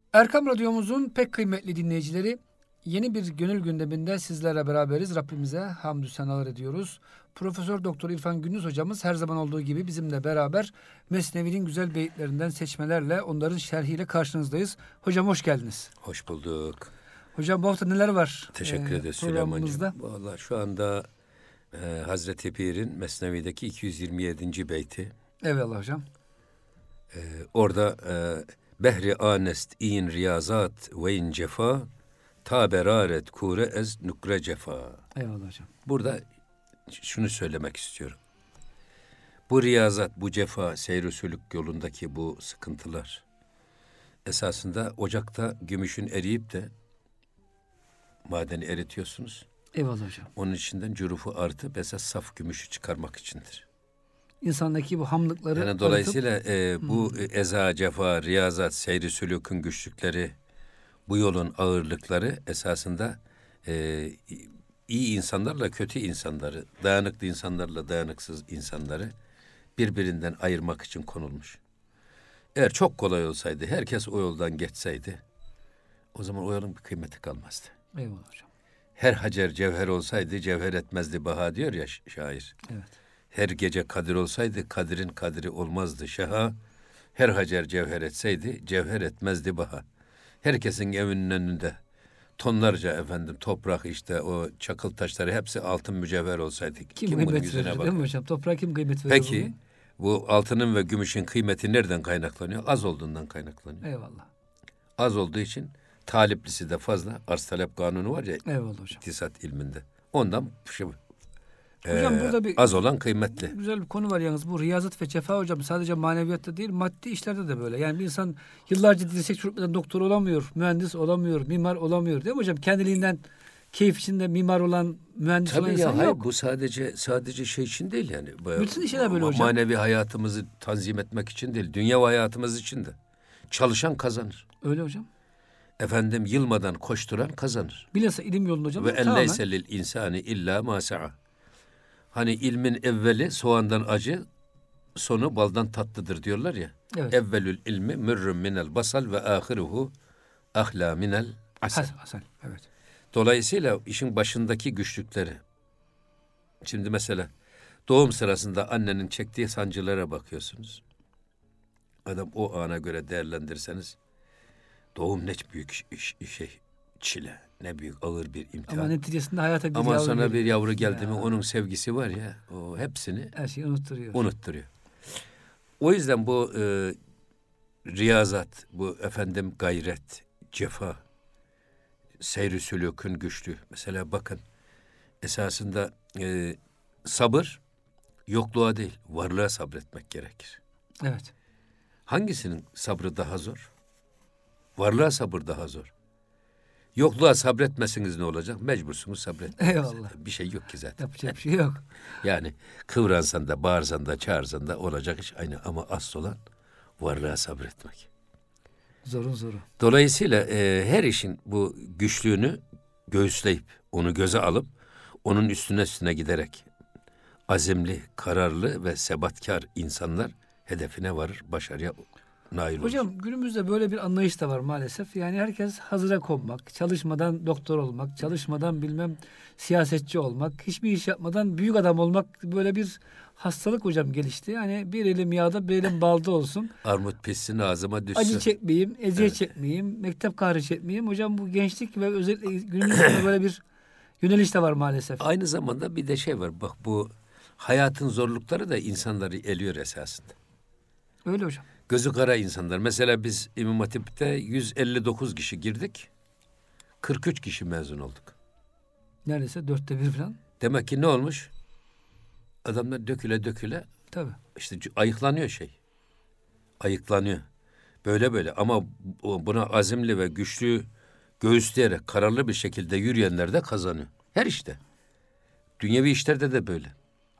Erkam Radyomuzun pek kıymetli dinleyicileri, yeni bir gönül gündeminde sizlerle beraberiz. Rabbimize hamdü senalar ediyoruz. Profesör Doktor İrfan Gündüz hocamız her zaman olduğu gibi bizimle beraber Mesnevi'nin güzel beyitlerinden seçmelerle, onların şerhiyle karşınızdayız. Hocam hoş geldiniz. Hoş bulduk. Hocam bu hafta neler var Teşekkür ederiz programımızda? Süleyman'cığım. Vallahi şu anda Hazreti Pir'in Mesnevi'deki 227. beyti. Eyvallah hocam. Orada Behri anest in riyazat ve in cefa ta beraret kure ez nukre cefa. Eyvallah hocam. Burada şunu söylemek istiyorum. Bu riyazat, bu cefa, seyr-i sülük yolundaki bu sıkıntılar esasında ocakta gümüşün eriyip de madeni eritiyorsunuz. Eyvallah hocam. Onun içinden cürufu artıp esas saf gümüşü çıkarmak içindir. İnsandaki bu hamlıkları Yani dolayısıyla bu eza, cefa, riyazat, seyri sülükün güçlükleri, bu yolun ağırlıkları esasında iyi insanlarla kötü insanları, dayanıklı insanlarla dayanıksız insanları birbirinden ayırmak için konulmuş. Eğer çok kolay olsaydı, herkes o yoldan geçseydi, o zaman o yolun bir kıymeti kalmazdı. Eyvallah hocam. Her hacer cevher olsaydı cevher etmezdi baha diyor ya şair. Evet. Her gece kadir olsaydı kadirin kadri olmazdı şaha. Her hacer cevher etseydi cevher etmezdi baha. Herkesin evinin önünde tonlarca toprak işte o çakıl taşları hepsi altın mücevher olsaydı. Kim bunun kıymet yüzüne verir bakar? değil mi hocam? Toprağa kim kıymet verir? Peki bu altının ve gümüşün kıymeti nereden kaynaklanıyor? Az olduğundan kaynaklanıyor. Eyvallah. Az olduğu için taliplisi de fazla. Arz talep kanunu var ya Eyvallah hocam. iktisat ilminde. Ondan Hocam burada bir az olan kıymetli. güzel bir konu var yalnız. Bu riyazat ve cefa hocam sadece maneviyatta değil, maddi işlerde de böyle. Yani bir insan yıllarca dirsek çürütmeden doktor olamıyor, mühendis olamıyor, mimar olamıyor değil mi hocam? Kendiliğinden keyif içinde mimar olan, mühendis olan Tabii insan ya hayır, yok. bu sadece şey için değil yani. Bütün işler böyle hocam. Manevi hayatımızı tanzim etmek için değil, dünya hayatımız için de. Çalışan kazanır. Öyle hocam. Yılmadan koşturan kazanır. Bilhassa ilim yolunda hocam. Ve en tamamen leyse lil insani illa ma sa'a. Hani ilmin evveli soğandan acı, sonu baldan tatlıdır diyorlar ya. evet. Evvelül ilmi mürrüm minel basal ve ahiruhu ahla minel asal. Hasan. Evet. Dolayısıyla işin başındaki güçlükleri. Şimdi mesela doğum sırasında annenin çektiği sancılara bakıyorsunuz. Adam o ana göre değerlendirseniz doğum ne büyük çile, ne büyük ağır bir imtihan. Ama neticesinde hayata bir Ama yavru sonra geliyor. bir yavru geldi mi onun sevgisi var ya, o hepsini Her şeyi unutturuyor. O yüzden bu riyazat, bu gayret, cefa, seyr-i sülûkün güçlü. Mesela bakın esasında sabır yokluğa değil, varlığa sabretmek gerekir. Evet. Hangisinin sabrı daha zor? Varlığa sabır daha zor. Yokluğa sabretmesiniz ne olacak? Mecbursunuz sabretmeye. Eyvallah. Bir şey yok ki zaten. Yapacak bir şey yok. Yani kıvransan da, bağırsan da, çağırsan da olacak iş aynı. Ama asıl olan varlığa sabretmek. Zorun zoru. Dolayısıyla her işin bu güçlüğünü göğüsleyip, onu göze alıp, onun üstüne giderek azimli, kararlı ve sebatkar insanlar hedefine varır, başarıya nail olur. Hocam günümüzde böyle bir anlayış da var maalesef. Yani herkes hazıra konmak, çalışmadan doktor olmak, çalışmadan bilmem siyasetçi olmak, hiçbir iş yapmadan büyük adam olmak, böyle bir hastalık hocam gelişti. Yani bir elim yağda bir elim balda olsun. Armut pişsin ağzıma düşsün. Acı çekmeyeyim, eziyet çekmeyeyim, mektep kahrı çekmeyeyim. Hocam bu gençlik ve özellikle günümüzde böyle bir yöneliş de var maalesef. Aynı zamanda bir de şey var. Bak bu hayatın zorlukları da insanları eliyor esasında. Öyle hocam. Gözü kara insanlar. Mesela biz İmam Hatip'te 159 kişi girdik. 43 kişi mezun olduk. Neredeyse 1/4 falan. Demek ki ne olmuş? Adamlar döküle Tabii. işte ayıklanıyor Ayıklanıyor. Böyle ama buna azimli ve güçlü göğüsleyerek kararlı bir şekilde yürüyenler de kazanıyor. Her işte. Dünyevi işlerde de böyle.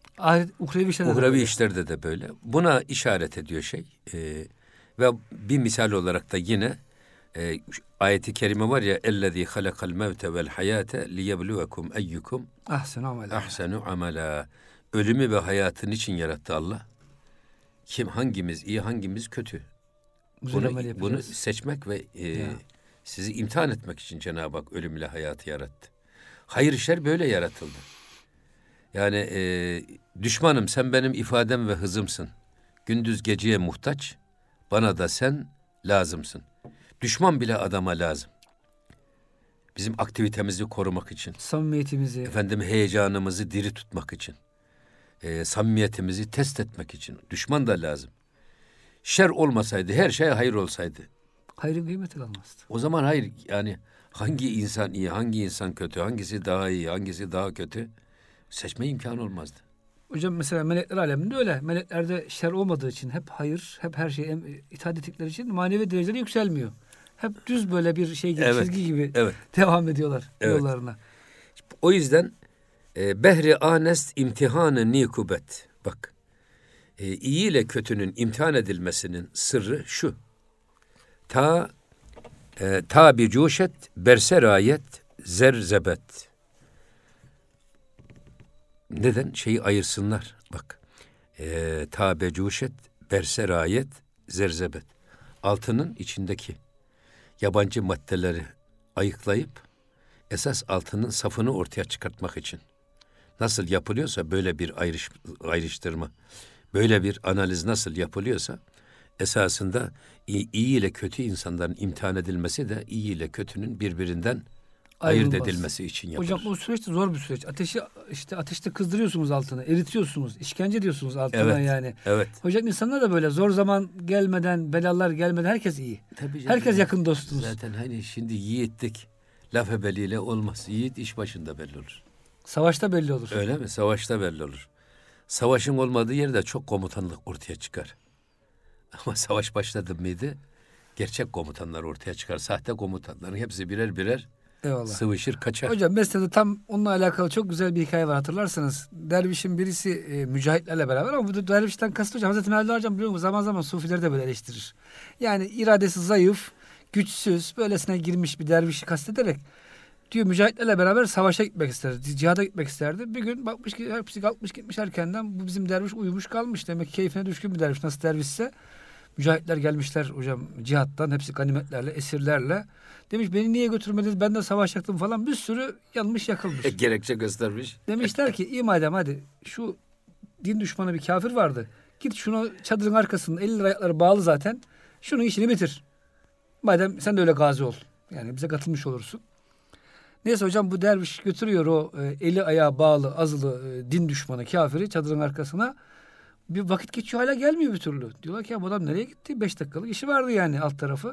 Uhrevi işlerde de böyle. Buna işaret ediyor ve bir misal olarak da yine ayeti kerime var ya ellezî halakal mevte vel hayâte liyebluvekum eyyukum ahsenu amela. Ölümü ve hayatın için yarattı Allah. Hangimiz iyi, hangimiz kötü. Güzel amel Bunu yapacağız. seçmek ve Ya. sizi imtihan etmek için Cenab-ı Hak ölümle hayatı yarattı. Hayır işler böyle yaratıldı. Yani düşmanım sen benim ifadem ve hızımsın. Gündüz geceye muhtaç, bana da sen lazımsın. Düşman bile adama lazım. Bizim aktivitemizi korumak için, Samimiyetimizi. efendim heyecanımızı diri tutmak için, samimiyetimizi test etmek için düşman da lazım. Şer olmasaydı, her şey hayır olsaydı, Hayrın kıymeti kalmazdı. o zaman hayır, yani hangi insan iyi, hangi insan kötü, hangisi daha iyi, hangisi daha kötü seçme imkanı olmazdı. Hocam mesela melekler aleminde öyle. Meleklerde şer olmadığı için hep hayır, hep her şeye itaat ettikleri için manevi dereceleri yükselmiyor. Hep düz böyle bir şey gibi, Evet, çizgi gibi evet. devam ediyorlar Evet. yollarına. O yüzden behri anest imtihanı nikubet. Bak, iyi ile kötünün imtihan edilmesinin sırrı şu. Ta bir cuşet berserayet zerzebet. Neden? Şeyi ayırsınlar. Bak, ta becuşet berserayet zerzebet. Altının içindeki yabancı maddeleri ayıklayıp esas altının safını ortaya çıkartmak için nasıl yapılıyorsa böyle bir ayrıştırma, böyle bir analiz nasıl yapılıyorsa esasında iyi ile kötü insanların imtihan edilmesi de iyi ile kötünün birbirinden ayırt Ayrılmaz. edilmesi için yapılır. Hocam o süreç de zor bir süreç. Ateşte kızdırıyorsunuz altını, eritiyorsunuz, işkence ediyorsunuz altına yani. Evet. Hocam insanlar da böyle zor zaman gelmeden, belalar gelmeden herkes iyi. Tabii canım. Herkes yakın dostunuz. Zaten hani şimdi yiğitlik laf ebeliyle olmaz. Yiğit iş başında belli olur. Savaşta belli olur. Öyle mi? Savaşta belli olur. Savaşın olmadığı yerde çok komutanlık ortaya çıkar. Ama savaş başladı mıydı gerçek komutanlar ortaya çıkar. Sahte komutanların hepsi birer birer Eyvallah. sıvışır kaçar. Hocam meselede tam onunla alakalı çok güzel bir hikaye var, hatırlarsanız. Dervişin birisi mücahitlerle beraber, ama bu dervişten kasıt hocam Hazreti Mevlana hocam biliyor musun, zaman zaman sufileri de böyle eleştirir. Yani iradesi zayıf, güçsüz, böylesine girmiş bir dervişi kastederek diyor mücahitlerle beraber savaşa gitmek isterdi. Cihada gitmek isterdi. Bir gün bakmış ki hepsi kalkmış gitmiş erkenden, bu bizim derviş uyumuş kalmış. Demek ki keyfine düşkün bir derviş, nasıl dervişse. Mücahitler gelmişler hocam cihattan, hepsi ganimetlerle, esirlerle. Demiş beni niye götürmediniz, ben de savaşacaktım falan, bir sürü yanmış yakılmış. Gerekçe göstermiş. Demişler ki iyi madem, hadi şu din düşmanı bir kafir vardı. Git şunu çadırın arkasında, 50 ayakları bağlı zaten. Şunun işini bitir. Madem sen de öyle gazi ol. Yani bize katılmış olursun. Neyse hocam bu derviş götürüyor o eli ayağı bağlı azılı din düşmanı kafiri çadırın arkasına. Bir vakit geçiyor, hala gelmiyor bir türlü. Diyorlar ki ya bu adam nereye gitti? 5 dakikalık işi vardı yani alt tarafı.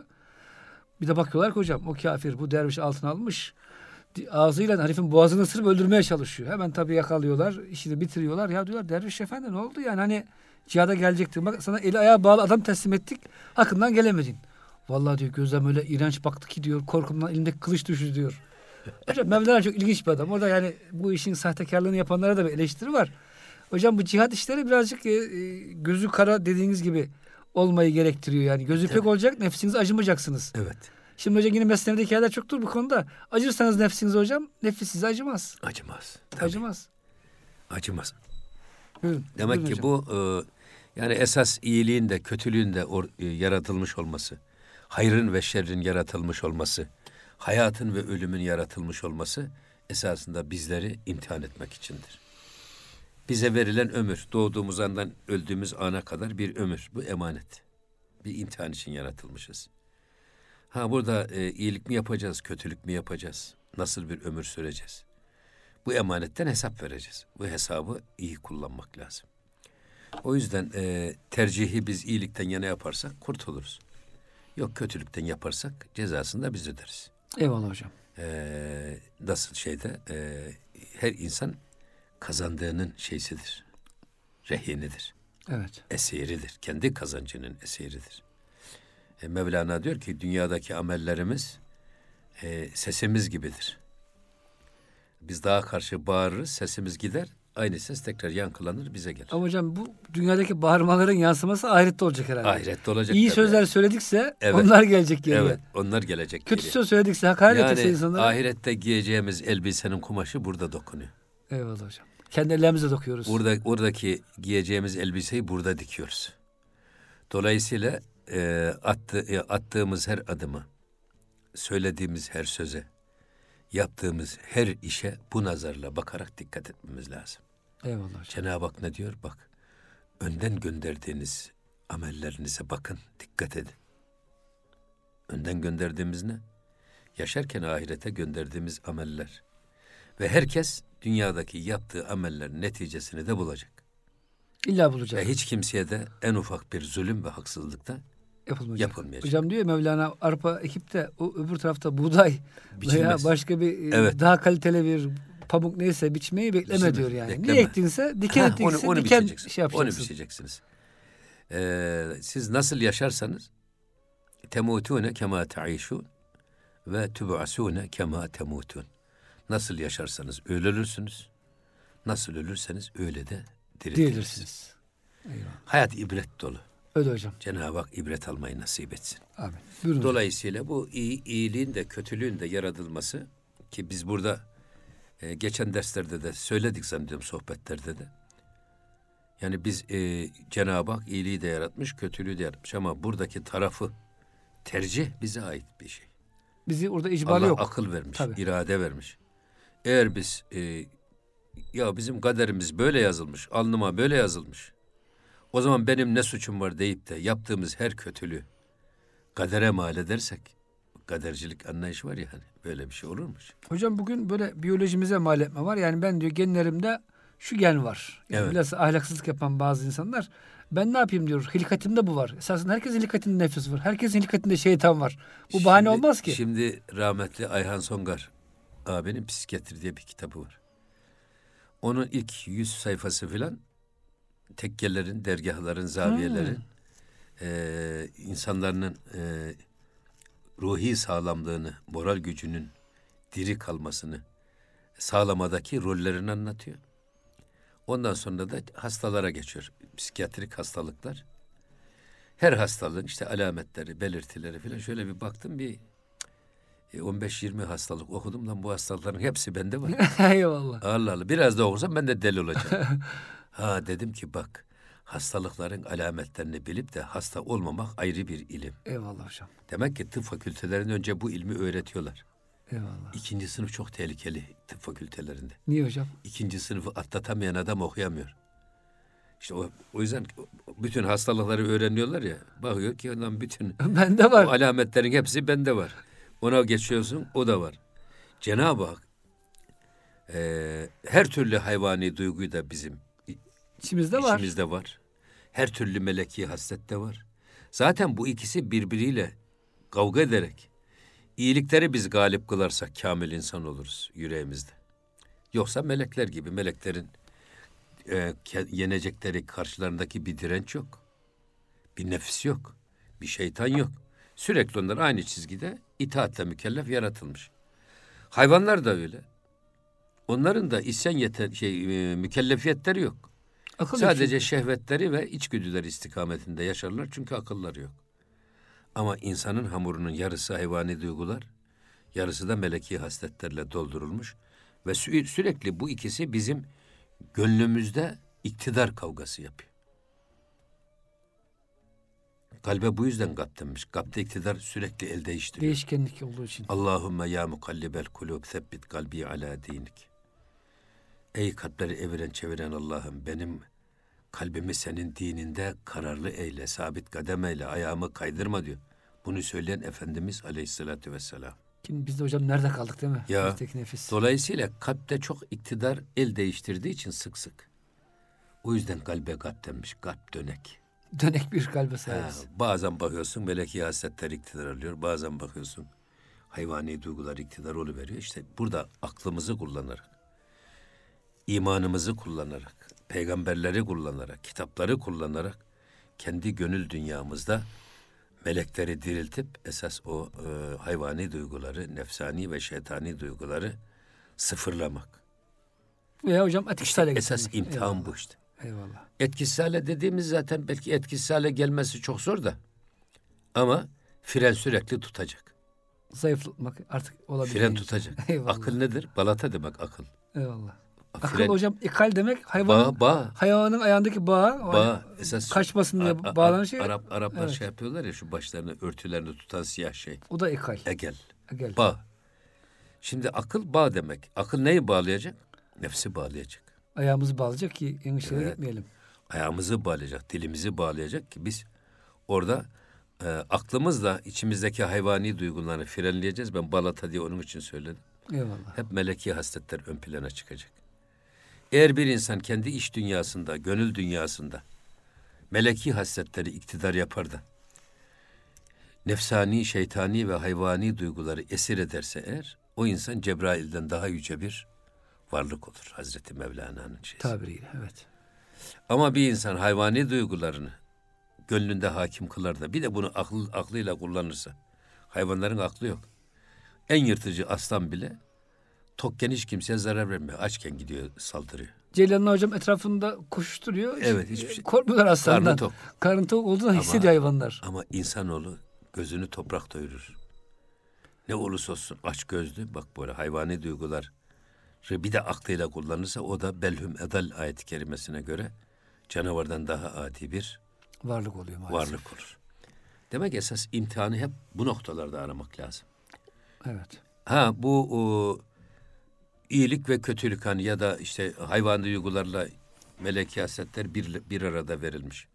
Bir de bakıyorlar ki hocam o kafir bu derviş altına almış. Ağzıyla herifin boğazını ısırıp öldürmeye çalışıyor. Hemen tabii yakalıyorlar, işini bitiriyorlar. Ya diyorlar derviş efendi ne oldu yani, hani cihada gelecektin. Bak sana eli ayağı bağlı adam teslim ettik. Hakkından gelemedin. Vallahi diyor gözlem öyle iğrenç baktı ki diyor, korkumdan elimdeki kılıç düştü diyor. Hocam Mevlana çok ilginç bir adam. Orada yani bu işin sahtekarlığını yapanlara da bir eleştiri var. Hocam bu cihat işleri birazcık gözü kara dediğiniz gibi olmayı gerektiriyor yani. Gözü pek olacak, nefsinize acımayacaksınız. Evet. Şimdi hocam yine mesnevi hikayeler çoktur bu konuda. Acırsanız nefsinize hocam, nefis size acımaz. Acımaz. Tabii. Acımaz. Acımaz. Buyurun. Demek Buyurun ki hocam. bu yani esas iyiliğin de kötülüğün de yaratılmış olması, hayrın ve şerrin yaratılmış olması, hayatın ve ölümün yaratılmış olması esasında bizleri imtihan etmek içindir. Bize verilen ömür, doğduğumuz andan öldüğümüz ana kadar bir ömür, bu emanet. Bir imtihan için yaratılmışız. Ha burada iyilik mi yapacağız, kötülük mü yapacağız? Nasıl bir ömür süreceğiz? Bu emanetten hesap vereceğiz. Bu hesabı iyi kullanmak lazım. O yüzden tercihi biz iyilikten yana yaparsak kurtuluruz. Yok kötülükten yaparsak cezasını da biz öderiz. Eyvallah hocam. Nasıl şeyde her insan kazandığının şeysidir. Rehinidir. Evet. Esiridir. Kendi kazancının esiridir. Mevlana diyor ki dünyadaki amellerimiz sesimiz gibidir. Biz dağa karşı bağırırız, sesimiz gider. Aynı ses tekrar yankılanır, bize gelir. Ama hocam bu dünyadaki bağırmaların yansıması ahirette olacak herhalde. Ahirette olacak. İyi tabii. sözler söyledikse Evet. onlar gelecek geriye. Evet, onlar gelecek Kötü geriye. söz söyledikse, hakaret Yani ettikse insanlara. ahirette giyeceğimiz elbisenin kumaşı burada dokunuyor. Eyvallah hocam. Kendi ellerimizle dokuyoruz. Oradaki giyeceğimiz elbiseyi burada dikiyoruz. Dolayısıyla attığımız her adıma, söylediğimiz her söze, yaptığımız her işe bu nazarla bakarak dikkat etmemiz lazım. Eyvallah hocam. Cenab-ı Hak ne diyor? Bak, önden gönderdiğiniz amellerinize bakın, dikkat edin. Önden gönderdiğimiz ne? Yaşarken ahirete gönderdiğimiz ameller. Ve herkes dünyadaki yaptığı amellerin neticesini de bulacak. İlla bulacak. Ve hiç kimseye de en ufak bir zulüm ve haksızlıkta yapılmayacak. Hocam diyor Mevlana, arpa ekip de o öbür tarafta buğday veya Biçilmez. başka bir Evet. daha kaliteli bir pamuk neyse biçmeyi bekleme Biçilmez, diyor yani. bekleme. Ne ektinse, diken ektinse onu diken biçeceksin. şey yapacaksın. Onu biçeceksiniz. Siz nasıl yaşarsanız temutune kema taişun ve tub'asune kema temutun. Nasıl yaşarsanız öyle ölürsünüz. Nasıl ölürseniz öyle de dirilirsiniz. Eyvallah. Hayat ibret dolu. Öyle hocam. Cenab-ı Hak ibret almayı nasip etsin. Amin. Buyurun hocam. Dolayısıyla bu iyiliğin de kötülüğün de yaratılması, ki biz burada geçen derslerde de söyledik zannediyorum, sohbetlerde de. Yani biz Cenab-ı Hak iyiliği de yaratmış, kötülüğü de yaratmış ama buradaki tarafı tercih bize ait bir şey. Bizi orada icbali Allah yok. akıl vermiş, Tabii. irade vermiş. Eğer biz ya bizim kaderimiz böyle yazılmış, alnıma böyle yazılmış, o zaman benim ne suçum var deyip de yaptığımız her kötülüğü kadere mal edersek, kadercilik anlayışı var ya, hani böyle bir şey olurmuş. Hocam bugün böyle biyolojimize mal etme var. Yani ben diyor genlerimde şu gen var. Yani Evet. biraz ahlaksızlık yapan bazı insanlar, ben ne yapayım diyor. Hilkatimde bu var. Esasında herkesin hilkatinde nefis var. Herkesin hilkatinde şeytan var. Bu bahane olmaz ki. Şimdi rahmetli Ayhan Songar abinin Psikiyatri diye bir kitabı var. Onun ilk 100 sayfası filan tekkelerin, dergahların, zaviyelerin insanların ruhi sağlamlığını, moral gücünün diri kalmasını sağlamadaki rollerini anlatıyor. Ondan sonra da hastalara geçiyor. Psikiyatrik hastalıklar. Her hastalığın işte alametleri, belirtileri filan, şöyle bir baktım, bir 15-20 hastalık okudum. Lan bu hastalıkların hepsi bende var. Eyvallah. Allah Allah, biraz da okusam ben de deli olacağım. Ha dedim ki bak, hastalıkların alametlerini bilip de hasta olmamak ayrı bir ilim. Eyvallah hocam. Demek ki tıp fakültelerinde önce bu ilmi öğretiyorlar. Eyvallah. 2. sınıf çok tehlikeli tıp fakültelerinde. Niye hocam? 2. sınıfı atlatamayan adam okuyamıyor. İşte o yüzden bütün hastalıkları öğreniyorlar ya. Bakıyor ki ondan bütün Bende var. o alametlerin hepsi bende var. Ona geçiyorsun, o da var. Cenab-ı Hak her türlü hayvani duyguyu da bizim İçimizde var. içimizde var. Her türlü meleki haslet de var. Zaten bu ikisi birbiriyle kavga ederek iyilikleri biz galip kılarsak kamil insan oluruz yüreğimizde. Yoksa melekler gibi, meleklerin yenecekleri karşılarındaki bir direnç yok. Bir nefis yok. Bir şeytan yok. Sürekli onlar aynı çizgide itaatle mükellef yaratılmış. Hayvanlar da öyle. Onların da isyan mükellefiyetleri yok. Akıl Sadece yok. şehvetleri ve içgüdüleri istikametinde yaşarlar çünkü akılları yok. Ama insanın hamurunun yarısı hayvani duygular, yarısı da meleki hasletlerle doldurulmuş ve sürekli bu ikisi bizim gönlümüzde iktidar kavgası yapıyor. Kalbe bu yüzden gap denmiş. Gapta iktidar sürekli el değiştiriyor. Değişkenlik olduğu için. Allahümme ya mukallibel kulub sebbit kalbi ala dinik. Ey kalpleri eviren çeviren Allah'ım, benim kalbimi senin dininde kararlı eyle, sabit kadem eyle, ayağımı kaydırma diyor. Bunu söyleyen Efendimiz Aleyhisselatü Vesselam. Şimdi biz de hocam nerede kaldık değil mi? Ya, Bizdeki nefis. dolayısıyla kalpte çok iktidar el değiştirdiği için sık sık. O yüzden kalbe gap denmiş, kalp dönek. Dönek bir kalbe sahibiz. Bazen bakıyorsun meleki hasletler iktidar alıyor, bazen bakıyorsun hayvani duygular iktidar oluveriyor. İşte burada aklımızı kullanarak, imanımızı kullanarak, peygamberleri kullanarak, kitapları kullanarak kendi gönül dünyamızda melekleri diriltip esas o hayvani duyguları, nefsani ve şeytani duyguları sıfırlamak. Veya hocam etkisiz hale getirmek. Esas imtihan Eyvallah. bu işte. Eyvallah. Etkisiz hale dediğimiz zaten belki etkisiz hale gelmesi çok zor da. Ama fren sürekli tutacak. Zayıflatmak artık olabilir. Fren tutacak. Eyvallah. Akıl nedir? Balata demek akıl. Eyvallah. Akıl hocam ikal demek hayvanın hayvanın ayağındaki bağ esas kaçmasın diye bağlanan şey. Araplar evet. şey yapıyorlar ya, şu başlarını örtülerini tutan siyah şey. O da ikal. Egel. Egel. Bağ. Şimdi akıl bağ demek. Akıl neyi bağlayacak? Nefsi bağlayacak. Ayağımızı bağlayacak ki yanlış yere gitmeyelim. Ayağımızı bağlayacak, dilimizi bağlayacak ki biz orada aklımızla içimizdeki hayvani duyguları frenleyeceğiz. Ben balata diye onun için söyledim. Eyvallah. Hep meleki hasletler ön plana çıkacak. Eğer bir insan kendi iç dünyasında, gönül dünyasında meleki hasletleri iktidar yapar da nefsani, şeytani ve hayvani duyguları esir ederse eğer, o insan Cebrail'den daha yüce bir varlık olur. Hazreti Mevlana'nın şeysi. Tabiriyle, evet. Ama bir insan hayvani duygularını gönlünde hakim kılar da bir de bunu aklıyla kullanırsa, hayvanların aklı yok. En yırtıcı aslan bile tokken hiç kimseye zarar vermiyor. Açken gidiyor, saldırıyor. Ceylanlar hocam etrafında koşuşturuyor. Evet, hiçbir şey. Korkmuyorlar aslandan. Karnı tok. Karnı tok olduğunu hissediyor hayvanlar. Ama insanoğlu gözünü toprak doyurur. Ne olursa olsun aç gözlü, bak böyle hayvani duygular bir de aklıyla kullanırsa o da belhum edal ayet-i kerimesine göre canavardan daha adi bir varlık oluyor maalesef. Varlık olur. Demek esas imtihanı hep bu noktalarda aramak lazım. Evet. Bu iyilik ve kötülük hani ya da işte hayvani duygularla meleki hasletler bir arada verilmiş.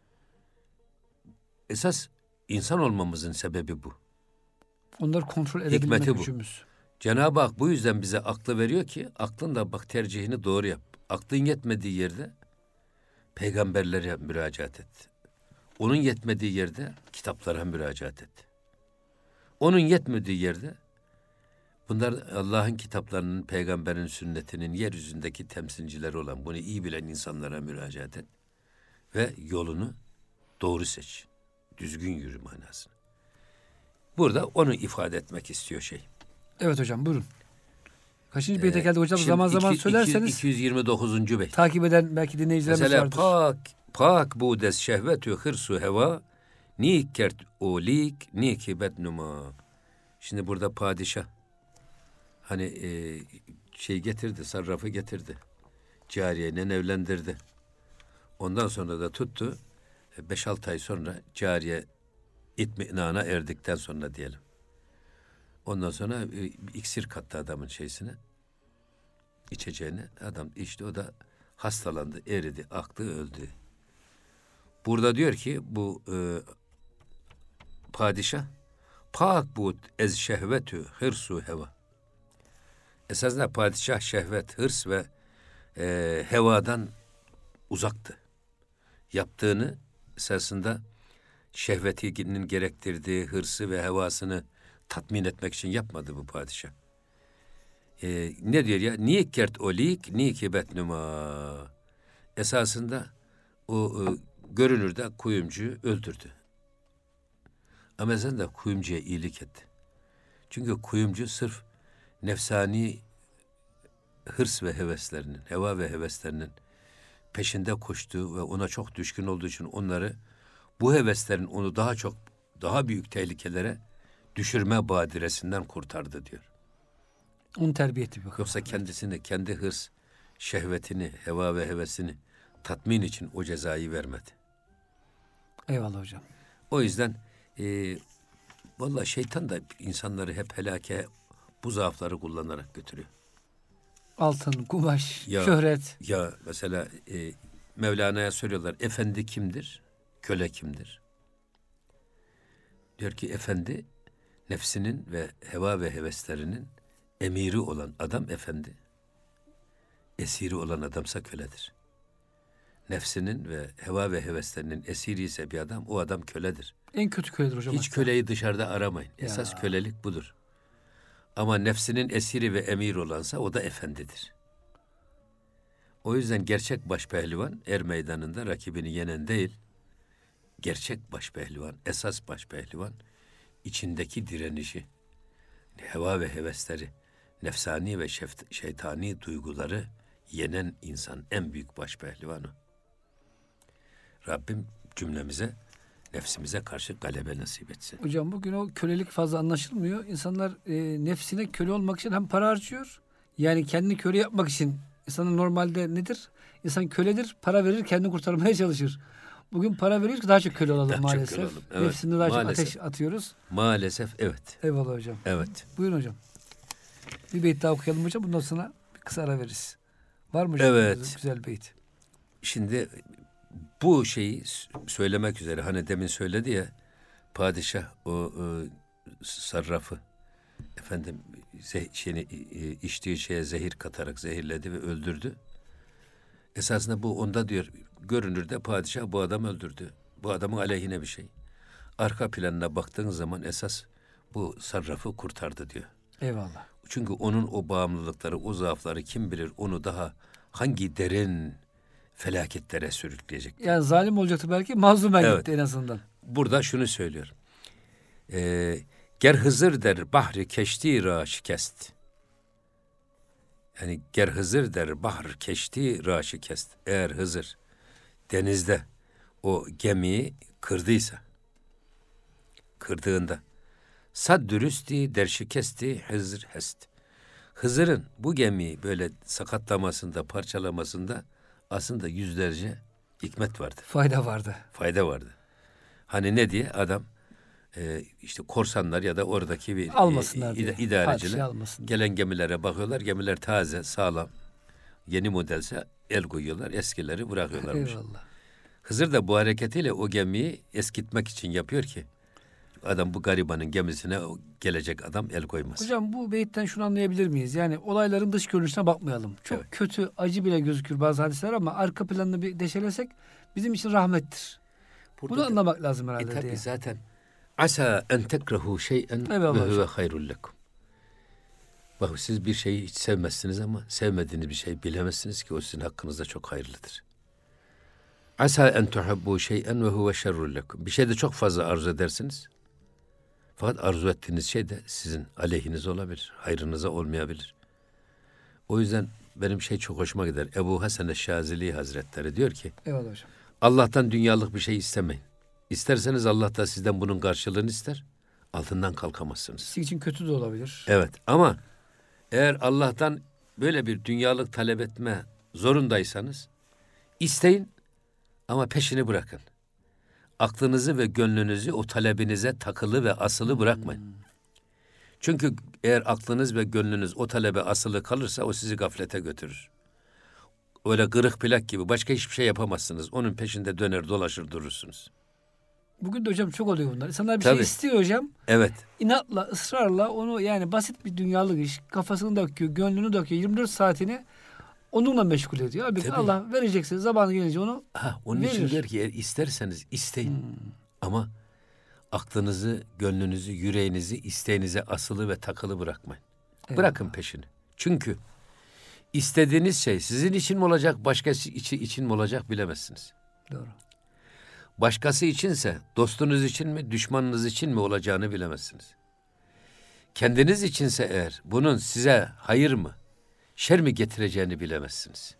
Esas insan olmamızın sebebi bu. Onları kontrol edebilmek Hikmeti bu. gücümüz. Cenab-ı Hak bu yüzden bize aklı veriyor ki aklın da bak tercihini doğru yap. Aklın yetmediği yerde peygamberlere müracaat et. Onun yetmediği yerde kitaplara müracaat et. Onun yetmediği yerde bunlar Allah'ın kitaplarının, peygamberin sünnetinin yeryüzündeki temsilcileri olan, bunu iyi bilen insanlara müracaat et. Ve yolunu doğru seç. Düzgün yürü manasını. Burada onu ifade etmek istiyor şey. Evet hocam, buyurun. Kaçıncı beyte geldi hocam? Zaman zaman söylerseniz. 229. beyt. Takip eden belki dinleyicilerimiz vardır. Mesela pak bu des şehvetü hırsu heva nikert olik nikibet numa. Şimdi burada padişah hani getirdi, sarrafı getirdi. Cariyeyle evlendirdi. Ondan sonra da tuttu. 5-6 ay sonra cariye itminana erdikten sonra diyelim. Ondan sonra iksir kattı adamın şeysine. İçeceğine. Adam içti, o da hastalandı, eridi, aklı öldü. Burada diyor ki bu padişah pak bu ez şehvetü hırsu heva. Esasında padişah şehvet, hırs ve hevadan uzaktı. Yaptığını esasında şehvetinin gerektirdiği hırsı ve hevasını tatmin etmek için yapmadı bu padişah. Ne diyor ya? Nikert olik nikibet numa. Esasında o görünürde kuyumcuyu öldürdü. Ama esasında kuyumcuya iyilik etti. Çünkü kuyumcu sırf nefsani hırs ve heveslerinin, heva ve heveslerinin peşinde koştuğu ve ona çok düşkün olduğu için onları, bu heveslerin onu daha büyük tehlikelere düşürme badiresinden kurtardı diyor. Onu terbiye etti. Yoksa kendisini, kendi hırs, şehvetini, heva ve hevesini tatmin için o cezayı vermedi. Eyvallah hocam. O yüzden vallahi şeytan da insanları hep helake bu zaafları kullanarak götürüyor. Altın, kumaş, şöhret. Ya mesela Mevlana'ya soruyorlar, efendi kimdir? Köle kimdir? Diyor ki efendi, nefsinin ve heva ve heveslerinin emiri olan adam efendi. Esiri olan adamsa köledir. Nefsinin ve heva ve heveslerinin esiri ise bir adam, o adam köledir. En kötü köledir hocam. Hiç köleyi dışarıda aramayın. Esas kölelik budur. Ama nefsinin esiri ve emir olansa o da efendidir. O yüzden gerçek başpehlivan er meydanında rakibini yenen değil, gerçek başpehlivan, esas başpehlivan içindeki direnişi, heva ve hevesleri, nefsani ve şeytani duyguları yenen insan, en büyük başpehlivanı. Rabbim cümlemize, nefsimize karşı galebe nasip etsin. Hocam bugün o kölelik fazla anlaşılmıyor. İnsanlar nefsine köle olmak için hem para harcıyor, yani kendini köle yapmak için İnsanın normalde nedir? İnsan köledir, para verir, kendini kurtarmaya çalışır. Bugün para veriyoruz ki daha çok köle olalım Daha çok maalesef. köle olalım, evet. Nefsinde daha Maalesef. çok ateş atıyoruz. Maalesef evet. Eyvallah hocam. Evet. Buyurun hocam. Bir beyt daha okuyalım hocam. Bundan sonra bir kısa ara veririz. Var mı hocam? Evet. Güzel beyt. Şimdi bu şeyi söylemek üzere hani demin söyledi ya padişah o sarrafı efendim içtiği şeye zehir katarak zehirledi ve öldürdü. Esasında bu onda diyor görünürde padişah bu adam öldürdü. Bu adamın aleyhine bir şey. Arka planına baktığın zaman esas bu sarrafı kurtardı diyor. Eyvallah. Çünkü onun o bağımlılıkları, o zaafları kim bilir onu daha hangi derin felaketlere sürükleyecek. Yani zalim olacaktı belki, mazlumen Evet. gitti en azından. Burada şunu söylüyor. Ger Hızır der bahri keşti ra şikest. Yani ger Hızır der bahr keşti ra şikest. Eğer Hızır denizde o gemiyi kırdığında sad dürüsti der şikesti Hızır hest. Hızır'ın bu gemiyi böyle sakatlamasında, parçalamasında aslında yüzlerce hikmet vardı. Fayda vardı. Hani ne diye adam işte korsanlar ya da oradaki bir Almasınlar diye. idareciler almasın. gelen gemilere bakıyorlar. Gemiler taze, sağlam, yeni modelse el koyuyorlar, eskileri bırakıyorlarmış. Eyvallah. Hızır da bu hareketiyle o gemiyi eskitmek için yapıyor ki adam bu garibanın gemisine gelecek adam el koymaz. Hocam bu beyitten şunu anlayabilir miyiz? Yani olayların dış görünüşüne bakmayalım. Çok Evet. kötü, acı bile gözükür bazı hadisler ama arka planını bir deşelesek bizim için rahmettir. Burada Bunu anlamak lazım herhalde tabii diye. zaten asa en tekrahu şey'en Eyvallah ve huve hocam. hayrul lekum. Bak siz bir şeyi hiç sevmezsiniz ama sevmediğiniz bir şey bilemezsiniz ki o sizin hakkınızda çok hayırlıdır. Asa en tuhibbu şey'en ve huve şerrul lekum. Bir şeyde çok fazla arzu edersiniz. Fakat arzu ettiğiniz şey de sizin aleyhiniz olabilir. Hayrınıza olmayabilir. O yüzden benim şey çok hoşuma gider. Ebu Hasan Eşşazili Hazretleri diyor ki Eyvallah hocam. Allah'tan dünyalık bir şey istemeyin. İsterseniz Allah da sizden bunun karşılığını ister. Altından kalkamazsınız. Sizin için kötü de olabilir. Evet ama eğer Allah'tan böyle bir dünyalık talep etme zorundaysanız isteyin ama peşini bırakın. Aklınızı ve gönlünüzü o talebinize takılı ve asılı bırakmayın. Çünkü eğer aklınız ve gönlünüz o talebe asılı kalırsa o sizi gaflete götürür. Öyle kırık plak gibi başka hiçbir şey yapamazsınız. Onun peşinde döner dolaşır durursunuz. Bugün de hocam çok oluyor bunlar. İnsanlar bir Tabii. şey istiyor hocam. Evet. İnatla, ısrarla onu yani basit bir dünyalık iş. Kafasını döküyor, gönlünü döküyor. 24 saatini onunla meşgul ediyor. Abi Tabii. Allah verecekse zamanı gelince onu Onun için verir. der ki eğer isterseniz isteyin. Ama aklınızı, gönlünüzü, yüreğinizi isteğinize asılı ve takılı bırakmayın. Bırakın peşini. Çünkü istediğiniz şey sizin için mi olacak, başkası için mi olacak bilemezsiniz. Doğru. Başkası içinse dostunuz için mi, düşmanınız için mi olacağını bilemezsiniz. Kendiniz içinse eğer bunun size hayır mı, şer mi getireceğini bilemezsiniz.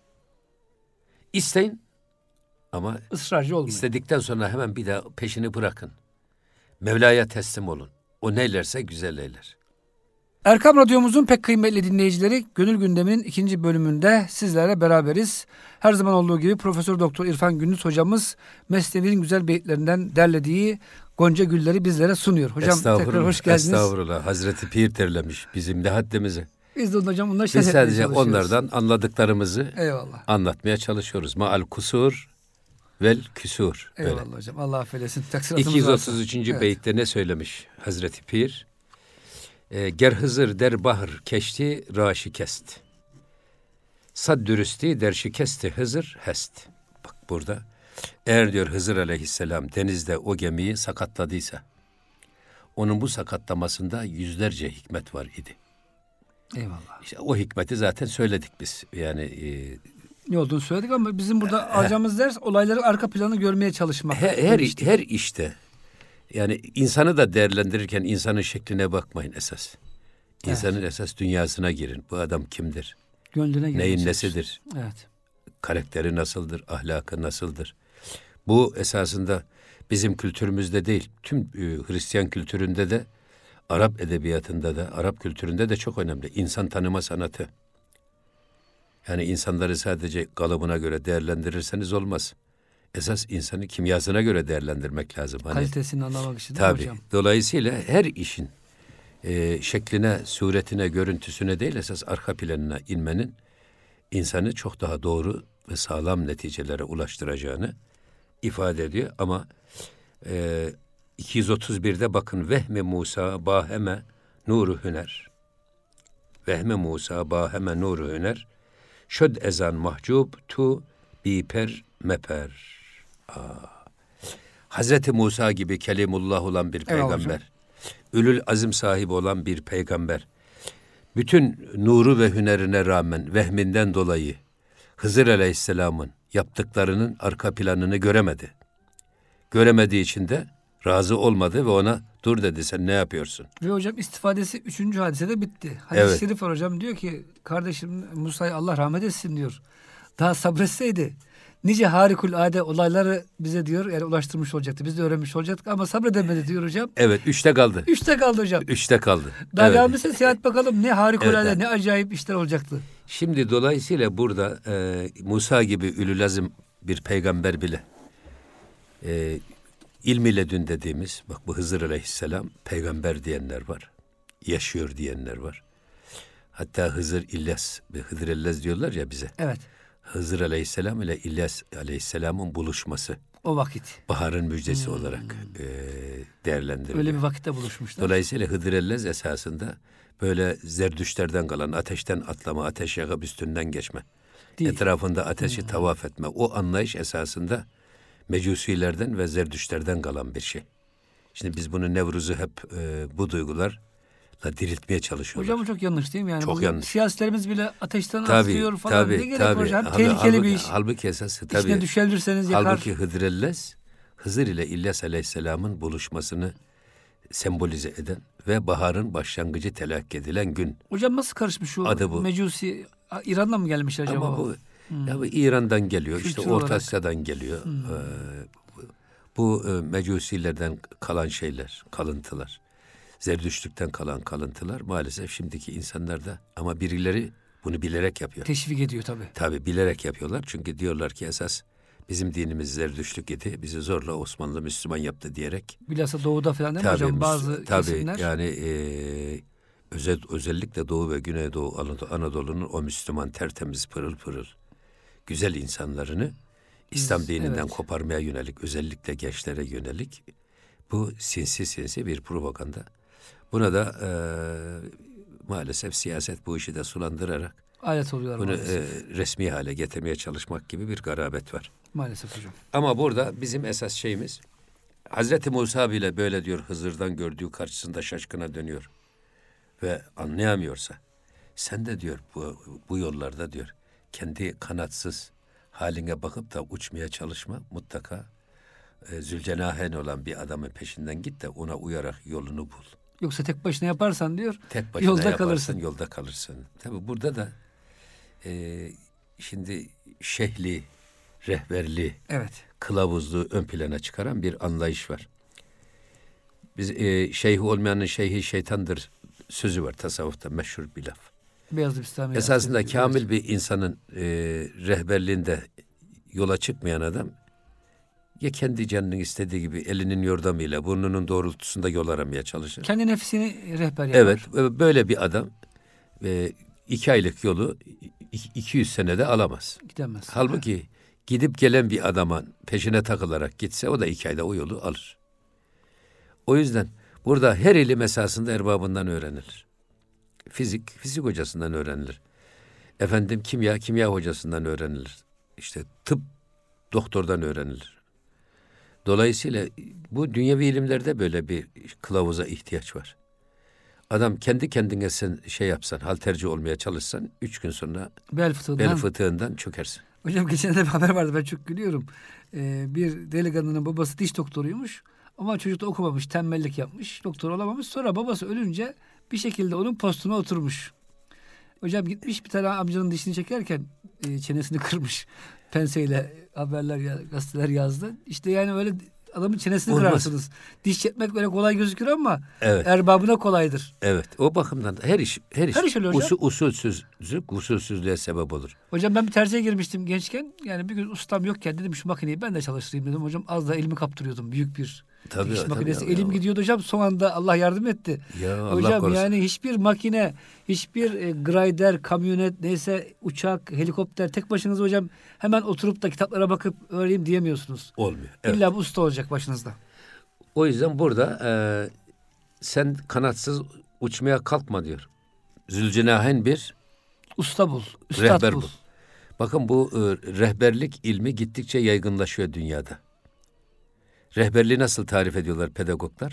İsteyin ama Israrcı olmayın. istedikten sonra hemen bir daha peşini bırakın. Mevla'ya teslim olun. O neylerse güzel eyler. Erkam Radyomuzun pek kıymetli dinleyicileri, Gönül Gündemi'nin 2. bölümünde sizlerle beraberiz. Her zaman olduğu gibi Profesör Doktor İrfan Gündüz hocamız Mesnevi'nin güzel beyitlerinden derlediği Gonca Gülleri bizlere sunuyor. Hocam tekrar hoş geldiniz. Estağfurullah. Hazreti Pir terlemiş bizim de haddimize. Biz de hocam bunları Biz şerh etmeye sadece çalışıyoruz. onlardan anladıklarımızı Eyvallah. anlatmaya çalışıyoruz. Maal kusur vel küsur. Böyle. Eyvallah hocam. Allah affeylesin. Taksiratımız varsa. 233. Evet. beytte ne söylemiş Hazreti Pir? Ger Hızır der bahr keşti ra şikest. Sad dürüsti der şikesti Hızır hest. Bak burada eğer diyor Hızır aleyhisselam denizde o gemiyi sakatladıysa onun bu sakatlamasında yüzlerce hikmet var idi. Eyvallah. İşte o hikmeti zaten söyledik biz. Yani Ne olduğunu söyledik ama bizim burada alacağımız ders olayların arka planını görmeye çalışmak. her işte yani insanı da değerlendirirken insanın şekline bakmayın esas. İnsanın esas dünyasına girin. Bu adam kimdir? Gönlüne Neyin gelmeye nesidir? Evet. Karakteri nasıldır? Ahlakı nasıldır? Bu esasında bizim kültürümüzde değil, tüm Hristiyan kültüründe de, Arap edebiyatında da, Arap kültüründe de çok önemli. İnsan tanıma sanatı. Yani insanları sadece kalıbına göre değerlendirirseniz olmaz. Esas insanı kimyasına göre değerlendirmek lazım. Hani, Kalitesini anlamak için değil mi tabii. hocam? Dolayısıyla her işin şekline, suretine, görüntüsüne değil esas arka planına inmenin insanı çok daha doğru ve sağlam neticelere ulaştıracağını ifade ediyor. Ama 231'de bakın vehmi Musa baheme nuru hüner. Vehmi Musa baheme nuru hüner. Şöd ezan mahcub tu biper meper. Hazreti Musa gibi kelimullah olan bir Evet hocam. peygamber. Ülül azim sahibi olan bir peygamber. Bütün nuru ve hünerine rağmen vehminden dolayı Hızır Aleyhisselam'ın yaptıklarının arka planını göremedi. Göremediği için de razı olmadı ve ona dur dedi, sen ne yapıyorsun? Ve hocam istifadesi 3. hadisede bitti. Hadis-i Evet. şerif var hocam, diyor ki kardeşim Musa'ya Allah rahmet etsin diyor. Daha sabretseydi nice harikulade olayları bize diyor yani ulaştırmış olacaktı. Biz de öğrenmiş olacaktık ama sabredemedi diyor hocam. Evet, 3'te kaldı. 3'te kaldı hocam. 3'te kaldı. Daha Evet. devam etse seyahat bakalım ne harikulade Evet. ne acayip işler olacaktı. Şimdi dolayısıyla burada Musa gibi ülülazım bir peygamber bile ilmi ledün dediğimiz, bak bu Hızır Aleyhisselam peygamber diyenler var. Yaşıyor diyenler var. Hatta Hızır İlyas ve Hıdır Ellez diyorlar ya bize. Evet, Hızır Aleyhisselam ile İlyas Aleyhisselam'ın buluşması. o vakit. Baharın müjdesi olarak değerlendiriliyor. Öyle bir vakitte buluşmuşlar. Dolayısıyla Hıdır Ellez esasında böyle zerdüşlerden kalan ateşten atlama, ateş yakıp üstünden geçme. Değil. Etrafında ateşi tavaf etme. O anlayış esasında Mecusilerden ve Zerdüşlerden kalan bir şey. Şimdi biz bunu Nevruz'u hep bu duygularla diriltmeye çalışıyorlar. Hocam bu çok yanlış değil mi? Yani Çok bugün yanlış. Siyasilerimiz bile ateşten asıyor falan. Ne gerek var hocam? Halbuki- Tehlikeli bir iş. Halbuki esası İçine tabii. düşebilirseniz yakar. Halbuki Hıdrellez, Hızır ile İlyas Aleyhisselam'ın buluşmasını sembolize eden ve baharın başlangıcı telakki edilen gün. Hocam nasıl karışmış şu Adı bu. Mecusi? İran'dan mı gelmiş acaba? Ama bu ya bu İran'dan geliyor, Kültür işte Orta olarak. Asya'dan geliyor. Bu Mecusilerden kalan şeyler, kalıntılar. Zerdüştlükten kalan kalıntılar maalesef şimdiki insanlarda, ama birileri bunu bilerek yapıyor. Teşvik ediyor tabii. Tabii bilerek yapıyorlar, çünkü diyorlar ki esas bizim dinimiz Zerdüştlük idi, bizi zorla Osmanlı Müslüman yaptı diyerek. Bilhassa doğuda falan değil mi hocam? Bazı tabii kesimler. yani özellikle Doğu ve Güneydoğu Anadolu'nun o Müslüman tertemiz pırıl pırıl güzel insanlarını İslam dininden evet. koparmaya yönelik, özellikle gençlere yönelik bu sinsi bir propaganda. Buna da maalesef siyaset bu işi de sulandırarak Alet oluyorlar bunu maalesef. resmi hale getirmeye çalışmak gibi bir garabet var. Maalesef hocam. Ama burada bizim esas şeyimiz, Hazreti Musa bile böyle diyor, Hızır'dan gördüğü karşısında şaşkına dönüyor ve anlayamıyorsa, sen de diyor bu yollarda diyor kendi kanatsız haline bakıp da uçmaya çalışma, mutlaka Zülcenahen olan bir adamın peşinden git de ona uyarak yolunu bul. Yoksa tek başına yaparsan diyor Tek başına yolda yaparsın, kalırsın. yolda kalırsın. Tabii burada da şimdi şeyhli, rehberli, Evet. kılavuzluğu ön plana çıkaran bir anlayış var. Biz şeyhi olmayanın şeyhi şeytandır sözü var tasavvufta, meşhur bir laf. Beyazlı Bistami. Esasında Evet. kamil bir insanın rehberliğinde yola çıkmayan adam ya kendi canının istediği gibi elinin yordamıyla burnunun doğrultusunda yol aramaya çalışır. Kendi nefsini rehber yapar. Evet, böyle bir adam 2 aylık yolu 200 senede alamaz. Gidemez. Halbuki gidip gelen bir adama peşine takılarak gitse o da 2 ayda o yolu alır. O yüzden burada her ilim esasında erbabından öğrenilir. Fizik hocasından öğrenilir. Efendim kimya hocasından öğrenilir. İşte tıp doktordan öğrenilir. Dolayısıyla bu dünyevi ilimlerde böyle bir kılavuza ihtiyaç var. Adam kendi kendine sen yapsan, halterci olmaya çalışsan 3 gün sonra Bel fıtığından çökersin. Hocam geçen de bir haber vardı, ben çok gülüyorum. Bir delikanlının babası diş doktoruymuş. Ama çocuk da okumamış, tembellik yapmış. Doktor olamamış. Sonra babası ölünce bir şekilde onun postuna oturmuş. Hocam gitmiş bir tane amcanın dişini çekerken çenesini kırmış. Penseyle gazeteler yazdı. İşte yani öyle adamın çenesini Olmaz. kırarsınız. Diş çekmek böyle kolay gözükür ama Evet. erbabına kolaydır. Evet. O bakımdan da her iş Her iş öyle hocam. usulsüzlüğe sebep olur. Hocam ben bir terziye girmiştim gençken. Yani bir gün ustam yokken dedim şu makineyi ben de çalıştırayım dedim. Hocam az da elimi kaptırıyordum. Büyük bir dikiş makinesi. Elim gidiyordu hocam. Son anda Allah yardım etti. Ya Allah hocam korusun. yani hiçbir makine, hiçbir grider, kamyonet, neyse uçak, helikopter tek başınıza hocam hemen oturup da kitaplara bakıp öğreneyim diyemiyorsunuz. Olmuyor. Evet. İlla bir usta olacak başınızda. O yüzden burada sen kanatsız uçmaya kalkma diyor. Zülcenahen bir Usta bul. Üstad rehber bul. bul. Bakın bu rehberlik ilmi gittikçe yaygınlaşıyor dünyada. Rehberliği nasıl tarif ediyorlar pedagoglar?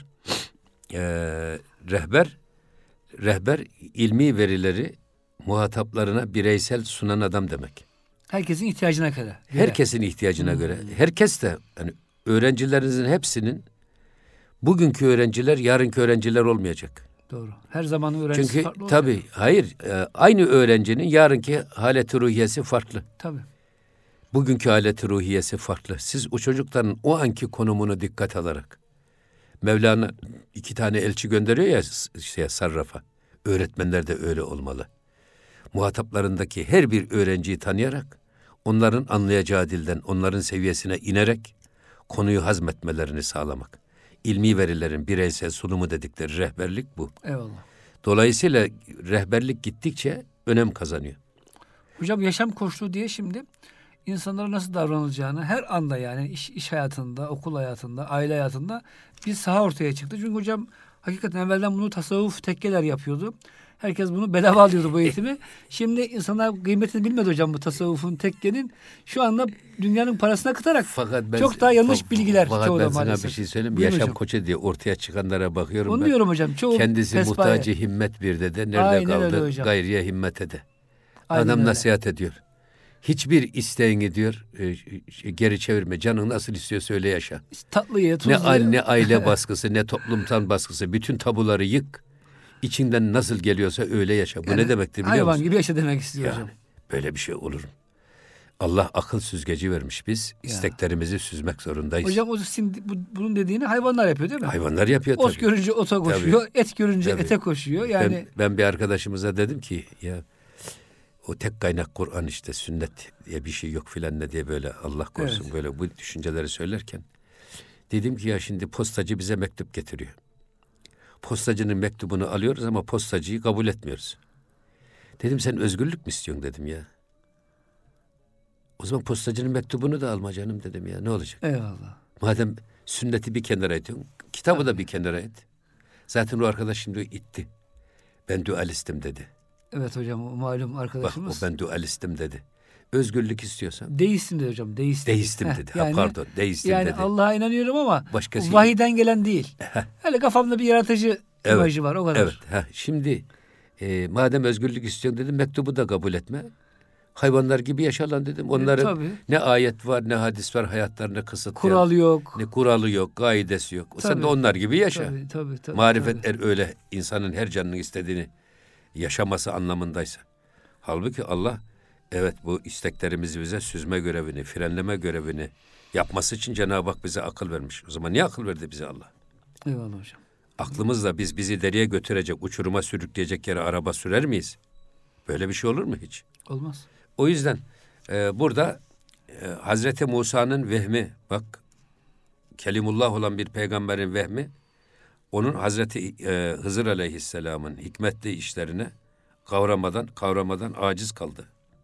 Rehber ilmi verileri muhataplarına bireysel sunan adam demek. Herkesin ihtiyacına göre. Herkesin ihtiyacına göre. Herkes de yani öğrencilerinizin hepsinin bugünkü öğrenciler yarınki öğrenciler olmayacak. Doğru. Her zaman öğrencisi Çünkü farklı olacak. tabii hayır aynı öğrencinin yarınki haleti ruhiyesi farklı. Tabii. Bugünkü haleti ruhiyesi farklı. Siz o çocukların o anki konumunu dikkat alarak Mevlana 2 tane elçi gönderiyor ya sarrafa. Öğretmenler de öyle olmalı. Muhataplarındaki her bir öğrenciyi tanıyarak onların anlayacağı dilden onların seviyesine inerek konuyu hazmetmelerini sağlamak. İlmi verilerin bireysel sunumu dedikleri rehberlik bu. Eyvallah. Dolayısıyla rehberlik gittikçe önem kazanıyor. Hocam yaşam koçluğu diye şimdi insanlara nasıl davranılacağını her anda yani iş hayatında, okul hayatında, aile hayatında bir saha ortaya çıktı. Çünkü hocam hakikaten evvelden bunu tasavvuf tekkeler yapıyordu. Herkes bunu bedava alıyordu bu eğitimi. Şimdi insanlar kıymetini bilmedi hocam bu tasavvufun tekkenin. Şu anda dünyanın parasına kıtarak çok daha yanlış bilgiler fakat çoğu ben da sana maalesef. bir şey söyleyeyim mi? Buyurun Yaşam hocam. koçu diye ortaya çıkanlara bakıyorum Onu ben. diyorum hocam. Çoğu Kendisi pespaye. muhtacı himmet bir de nerede Aynen öyle kaldı hocam. gayriye himmet ede. Aynen Adam öyle. nasihat ediyor. Hiçbir isteğini diyor geri çevirme. Canın nasıl istiyorsa öyle yaşa. Tatlı ye, tuzlu ye. Ne aile baskısı ne toplumsal baskısı. Bütün tabuları yık. İçinden nasıl geliyorsa öyle yaşa. Bu Yani ne demektir biliyor hayvan musun? gibi yaşa demek istiyor Yani hocam. böyle bir şey olur mu? Allah akıl süzgeci vermiş. Biz isteklerimizi süzmek zorundayız. Hocam bunun dediğini hayvanlar yapıyor değil mi? Hayvanlar yapıyor Ot tabii. görünce ota koşuyor, et görünce Tabii. ete koşuyor. Yani Ben bir arkadaşımıza dedim ki ya o tek kaynak Kur'an işte sünnet diye bir şey yok filan ne diye böyle Allah korusun Evet. böyle bu düşünceleri söylerken dedim ki ya şimdi postacı bize mektup getiriyor. Postacının mektubunu alıyoruz ama postacıyı kabul etmiyoruz. Dedim sen özgürlük mü istiyorsun dedim ya. O zaman postacının mektubunu da alma canım dedim ya ne olacak? eyvallah. Madem sünneti bir kenara ediyorsun, kitabı da bir kenara et. Zaten o arkadaş şimdi itti. Ben dualistim dedi. Evet hocam o malum Bak arkadaşımız. o ben dualistim dedi. Özgürlük istiyorsan Deistim dedi hocam. deistim dedi. Pardon deistim yani dedi. Allah'a inanıyorum ama Başkası- vahiden gelen değil. Öyle kafamda bir yaratıcı Evet, imajı var o kadar. Evet. Şimdi madem özgürlük istiyorsun dedim mektubu da kabul etme. Hayvanlar gibi yaşa lan dedim. Onların tabii. ne ayet var ne hadis var hayatlarına kısıtlayan. Kural yok. Ne kuralı yok, kaidesi yok. Sen Tabii. de onlar gibi yaşa. Tabii. Marifet tabii. öyle insanın her canının istediğini yaşaması anlamındaysa. Halbuki Allah evet bu isteklerimizi bize süzme görevini, frenleme görevini yapması için Cenab-ı Hak bize akıl vermiş. O zaman niye akıl verdi bize Allah? Eyvallah hocam. Aklımızla bizi deriye götürecek, uçuruma sürükleyecek yere araba sürer miyiz? Böyle bir şey olur mu hiç? Olmaz. O yüzden burada Hazreti Musa'nın vehmi, bak Kelimullah olan bir peygamberin vehmi, onun Hazreti Hızır Aleyhisselam'ın hikmetli işlerine kavramadan aciz kaldı.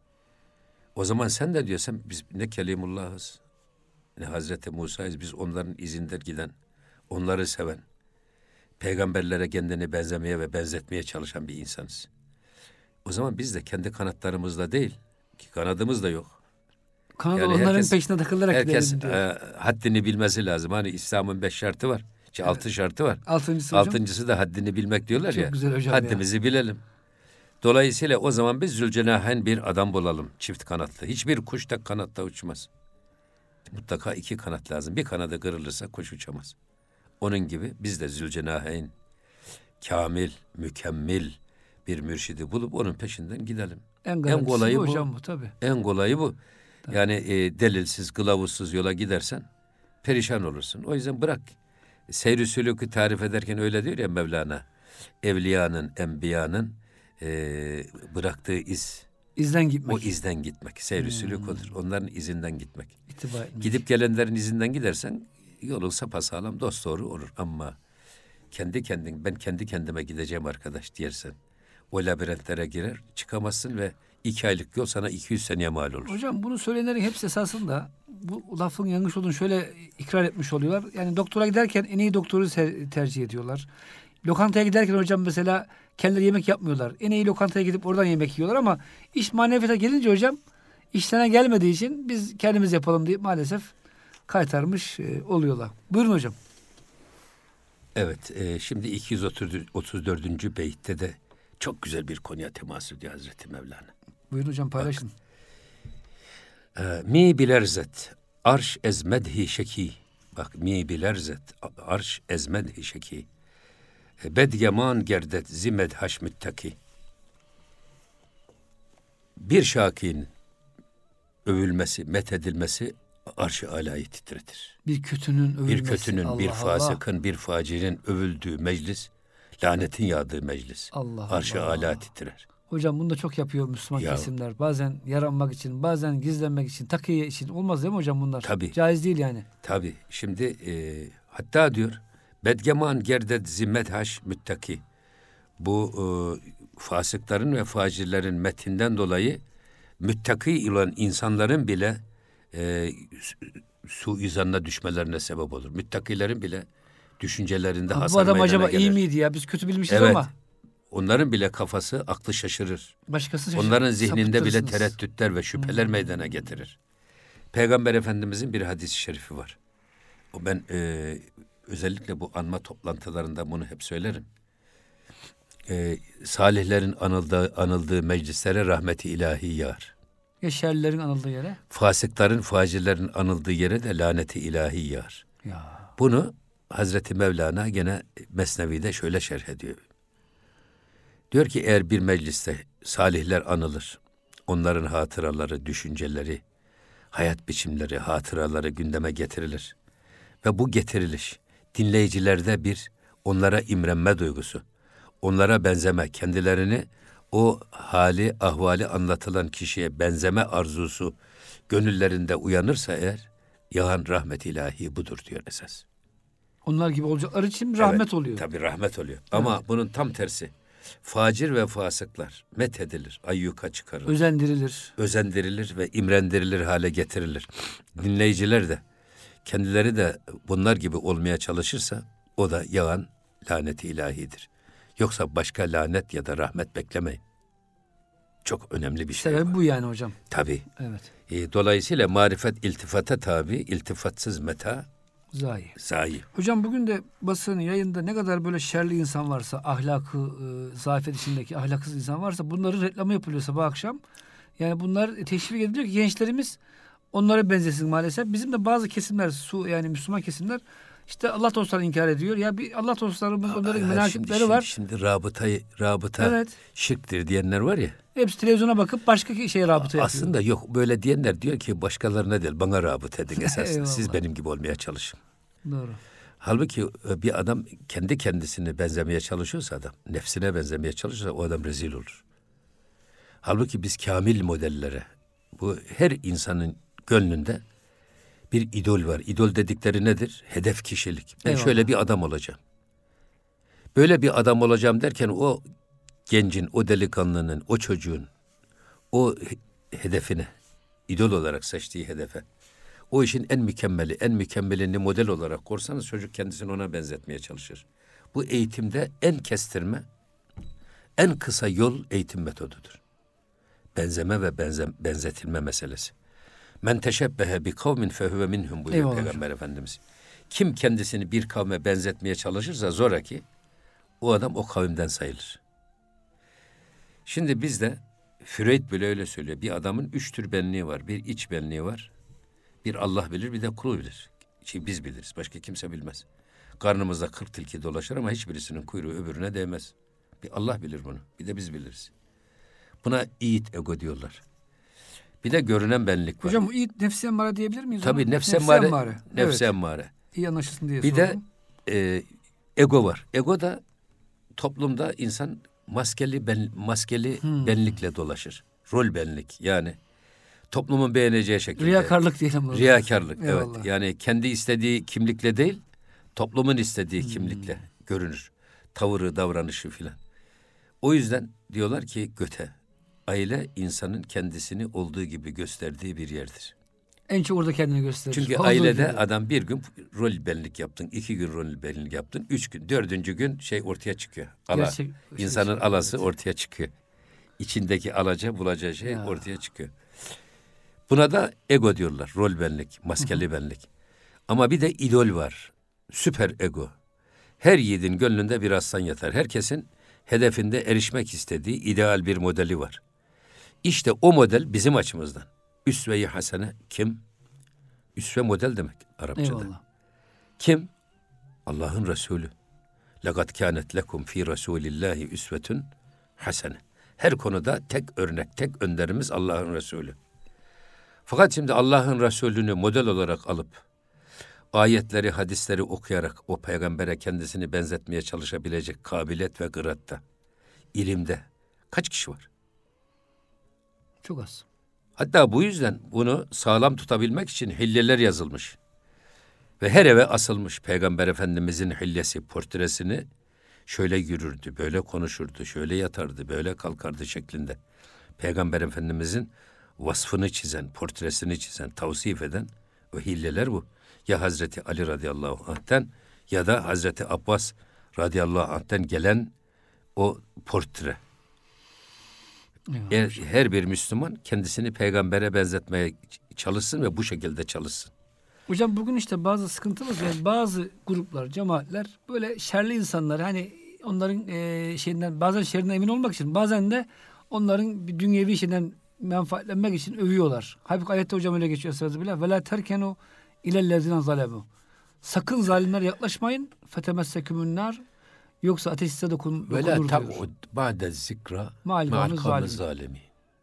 O zaman sen de diyorsan biz ne Kelimullah'ız, ne Hazreti Musa'yız, biz onların izinden giden, onları seven, peygamberlere kendini benzemeye ve benzetmeye çalışan bir insanız. O zaman biz de kendi kanatlarımızla değil, ki kanadımız da yok. Kanada Yani onların herkes- peşine takılarak Herkes gidelim diyor. haddini bilmesi lazım. Hani İslam'ın 5 şartı var. 6 şartı var. Altıncısı hocam. Altıncısı da haddini bilmek diyorlar Çok ya. güzel hocam Haddimizi bilelim. Dolayısıyla o zaman biz Zülcenahen bir adam bulalım. Çift kanatlı. Hiçbir kuş tek kanatta uçmaz. Mutlaka 2 kanat lazım. Bir kanadı kırılırsa kuş uçamaz. Onun gibi biz de Zülcenahen kamil, mükemmel bir mürşidi bulup onun peşinden gidelim. En garantisi kolayı bu bu. hocam bu tabii. En kolayı bu. Yani delilsiz, kılavuzsuz yola gidersen perişan olursun. O yüzden bırak. Seyr-i sülûkü tarif ederken öyle diyor ya Mevlana. Evliyanın, enbiyanın bıraktığı iz. İzden gitmek. O izden gitmek. Seyr-i sülûk odur. Onların izinden gitmek. İttiba etmek. Gidip gelenlerin izinden gidersen yolun sapasağlam dosdoğru olur. Ama ben kendi kendime gideceğim arkadaş diyersen o labirentlere girer çıkamazsın ve 2 aylık yol sana 200 seneye mal olur. Hocam bunu söyleyenlerin hepsi esasında bu lafın yanlış olduğunu şöyle ikrar etmiş oluyorlar. Yani doktora giderken en iyi doktoru tercih ediyorlar. Lokantaya giderken hocam mesela kendileri yemek yapmıyorlar. En iyi lokantaya gidip oradan yemek yiyorlar ama iş maneviyata gelince hocam işlerine gelmediği için biz kendimiz yapalım diye maalesef kaytarmış oluyorlar. Buyurun hocam. Evet, şimdi 234. beytte de çok güzel bir konuya temas ediyor Hazreti Mevlana. Buyurun hocam paylaşın. Mi bilerzet arş ezmedhi şeki. Bak mi bilerzet arş ezmedhi şeki. Bedgeman gerdet zimed haşmittaki. Bir şakinin övülmesi, methedilmesi arş-ı alayı titretir. Bir kötünün övülmesi. Bir kötünün, Allah bir Allah. fasıkın, bir facirin övüldüğü meclis, lanetin yağdığı meclis. Allah Arş-ı Allah. ala titrer. Hocam bunu da çok yapıyor Müslüman Ya. kesimler. Bazen yaranmak için, bazen gizlenmek için, takiye için. Olmaz değil mi hocam bunlar? Tabii. Caiz değil yani. Tabii. Şimdi hatta diyor, bedgeman gerdet zimmet haş müttaki. Bu fasıkların ve facirlerin methinden dolayı müttaki olan insanların bile suizanına düşmelerine sebep olur. Müttakilerin bile düşüncelerinde Bu hasar adam meydana acaba gelir. iyi miydi ya? Biz kötü bilmişiz Evet. ama Onların bile kafası, aklı şaşırır. başkası Onların zihninde bile sapıttırsınız. tereddütler ve şüpheler meydana getirir. Peygamber Efendimizin bir hadis-i şerifi var. O ben özellikle bu anma toplantılarında bunu hep söylerim. Salihlerin anıldığı meclislere rahmeti ilahi yağar. Ya şerlilerin anıldığı yere? Fasıkların, facirlerin anıldığı yere de laneti ilahi yağar. Ya. Bunu Hazreti Mevlana gene Mesnevi'de şöyle şerh ediyor. Diyor ki eğer bir mecliste salihler anılır, onların hatıraları, düşünceleri, hayat biçimleri, hatıraları gündeme getirilir. Ve bu getiriliş dinleyicilerde bir onlara imrenme duygusu, onlara benzeme, kendilerini o hali, ahvali anlatılan kişiye benzeme arzusu gönüllerinde uyanırsa eğer, yağan rahmet ilahi budur diyor esas. Onlar gibi olacaklar için rahmet Evet, oluyor. Tabii rahmet oluyor. Ama bunun tam tersi. Facir ve fasıklar methedilir, ayyuka çıkarılır. Özendirilir. Ve imrendirilir hale getirilir. Dinleyiciler de kendileri de bunlar gibi olmaya çalışırsa o da yağan laneti ilahidir. Yoksa başka lanet ya da rahmet beklemeyin. Çok önemli bir şey. Sebebi bu yani hocam. Tabii. Evet. Dolayısıyla marifet iltifata tabi, iltifatsız meta zayi. Hocam bugün de basın yayında ne kadar böyle şerli insan varsa, ahlakı zafiyet içindeki ahlaksız insan varsa bunların reklamı yapılıyor sabah akşam. Yani bunlar teşvik ediliyor ki gençlerimiz onlara benzesin maalesef. Bizim de bazı kesimler yani Müslüman kesimler işte Allah dostlarını inkar ediyor. Ya bir Allah dostlarımız onların menakipleri var. Şimdi rabıta Evet. şirktir diyenler var ya. Hepsi televizyona bakıp başka şeye rabıta yapıyor. Aslında yok böyle diyenler diyor ki başkalarına değil bana rabıta edin esasında. Eyvallah. Siz benim gibi olmaya çalışın. Doğru. Halbuki bir adam kendi kendisine benzemeye çalışıyorsa adam, nefsine benzemeye çalışıyorsa o adam rezil olur. Halbuki biz kamil modellere, bu her insanın gönlünde bir idol var. İdol dedikleri nedir? Hedef kişilik. Ben Eyvallah. şöyle bir adam olacağım. Böyle bir adam olacağım derken o gencin, o delikanlının, o çocuğun, o hedefine, idol olarak seçtiği hedefe, o işin en mükemmelini model olarak korsanız çocuk kendisini ona benzetmeye çalışır. Bu eğitimde en kestirme, en kısa yol eğitim metodudur. Benzeme ve benzetilme meselesi. Men teşebbehe bi kavmin fehuve minhum buyuruyor Eyvallah. Peygamber Efendimiz. Kim kendisini bir kavme benzetmeye çalışırsa zoraki o adam o kavimden sayılır. Şimdi bizde Freud bile öyle söylüyor. Bir adamın 3 tür benliği var. Bir iç benliği var. Bir Allah bilir, bir de kulu bilir. Biz biliriz. Başka kimse bilmez. Karnımızda 40 tilki dolaşır ama hiçbirisinin kuyruğu öbürüne değmez. Bir Allah bilir bunu. Bir de biz biliriz. Buna yiğit ego diyorlar. Bir de görünen benlik var. Hocam iyi nefsi emmare diyebilir miyiz? Tabii ona? nefsi emmare. Evet. Nefsi emmare. İyi anlaşılsın diye Bir sordum. de ego var. Ego da toplumda insan maskeli benlikle dolaşır. Rol benlik yani. Toplumun beğeneceği şekilde. Riyakarlık diyelim bunu. Riyakarlık, Eyvallah. evet. Yani kendi istediği kimlikle değil, toplumun istediği kimlikle görünür. Tavırı, davranışı filan. O yüzden diyorlar ki göte, aile insanın kendisini olduğu gibi gösterdiği bir yerdir. En çok orada kendini gösterir. Çünkü Olduğu ailede gibi. adam bir gün rol benlik yaptın, 2 gün rol benlik yaptın, 3 gün, 4. gün ortaya çıkıyor. Gerçek- İnsanın şey, alası evet. ortaya çıkıyor. İçindeki alaca bulacağı şey Ya. ortaya çıkıyor. Buna da ego diyorlar, rol benlik, maskeli benlik. Ama bir de idol var, süper ego. Her yiğidin gönlünde bir aslan yatar. Herkesin hedefinde erişmek istediği ideal bir modeli var. İşte o model bizim açımızdan. Üsve-i hasene kim? Üsve model demek Arapçada. Eyvallah. Kim? Allah'ın Resulü. لَقَدْ كَانَتْ لَكُمْ ف۪ي رَسُولِ اللّٰهِ üsvetun hasene. Her konuda tek örnek, tek önderimiz Allah'ın Resulü. Fakat şimdi Allah'ın Resulü'nü model olarak alıp ayetleri, hadisleri okuyarak o peygambere kendisini benzetmeye çalışabilecek kabiliyet ve kıratta, ilimde kaç kişi var? Çok az. Hatta bu yüzden bunu sağlam tutabilmek için hilleler yazılmış. Ve her eve asılmış Peygamber Efendimizin hillesi, portresini şöyle yürürdü, böyle konuşurdu, şöyle yatardı, böyle kalkardı şeklinde. Peygamber Efendimizin vasfını çizen, portresini çizen, tavsif eden o hilleler bu. Ya Hazreti Ali radıyallahu anh'ten ya da Hazreti Abbas radıyallahu anh'ten gelen o portre. Eyvallah. Her bir Müslüman kendisini peygambere benzetmeye çalışsın ve bu şekilde çalışsın. Hocam bugün işte bazı sıkıntımız yani bazı gruplar, cemaatler böyle şerli insanlar hani onların şeyinden bazen şerrinden emin olmak için bazen de onların bir dünyevi şeyden menfaatlenmek için övüyorlar. Halbuki ayette hocam öyle geçiyor estağfirullah. Ve la terkenu ilellezine zalemu. Sakın zalimler yaklaşmayın. Fetemessekümün nar. Yoksa ateş size dokunur Ve la diyor. tab'ud ba'de zikra Ma'al ma'al kavmi kavmi zalimi.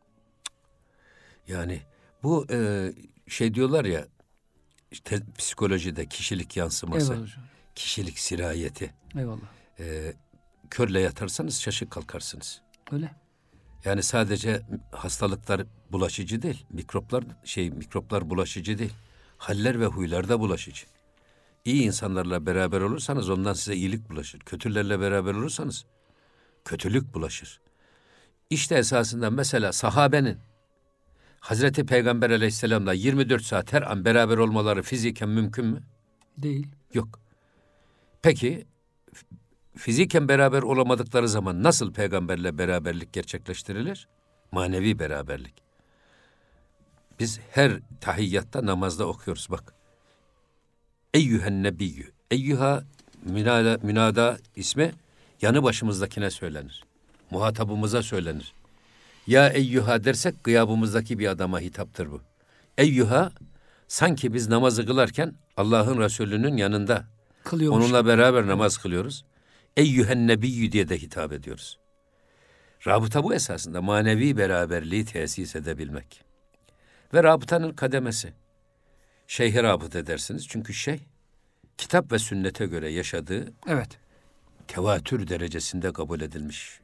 Yani bu şey diyorlar ya işte psikolojide kişilik yansıması, Eyvallah hocam. kişilik sirayeti. Eyvallah. Körle yatarsanız şaşık kalkarsınız. Öyle. Yani sadece hastalıklar bulaşıcı değil, mikroplar bulaşıcı değil. Haller ve huylar da bulaşıcı. İyi insanlarla beraber olursanız ondan size iyilik bulaşır. Kötülerle beraber olursanız kötülük bulaşır. İşte esasında mesela sahabenin Hazreti Peygamber Aleyhisselam'la 24 saat her an beraber olmaları fiziken mümkün mü? Değil. Yok. Peki fiziken beraber olamadıkları zaman nasıl peygamberle beraberlik gerçekleştirilir? Manevi beraberlik. Biz her tahiyyatta, namazda okuyoruz bak. Eyyühen nebiyyü. Eyyüha münada ismi yanı başımızdakine söylenir. Muhatabımıza söylenir. Ya eyyüha dersek gıyabımızdaki bir adama hitaptır bu. Eyyüha sanki biz namazı kılarken Allah'ın Resulü'nün yanında Kılıyormuş. onunla beraber namaz kılıyoruz. Eyyühen nebiyyü diye de hitap ediyoruz. Rabıta bu esasında manevi beraberliği tesis edebilmek. Ve rabıtanın kademesi. Şeyhi rabıt edersiniz. Çünkü kitap ve sünnete göre yaşadığı Evet. tevatür derecesinde kabul edilmiş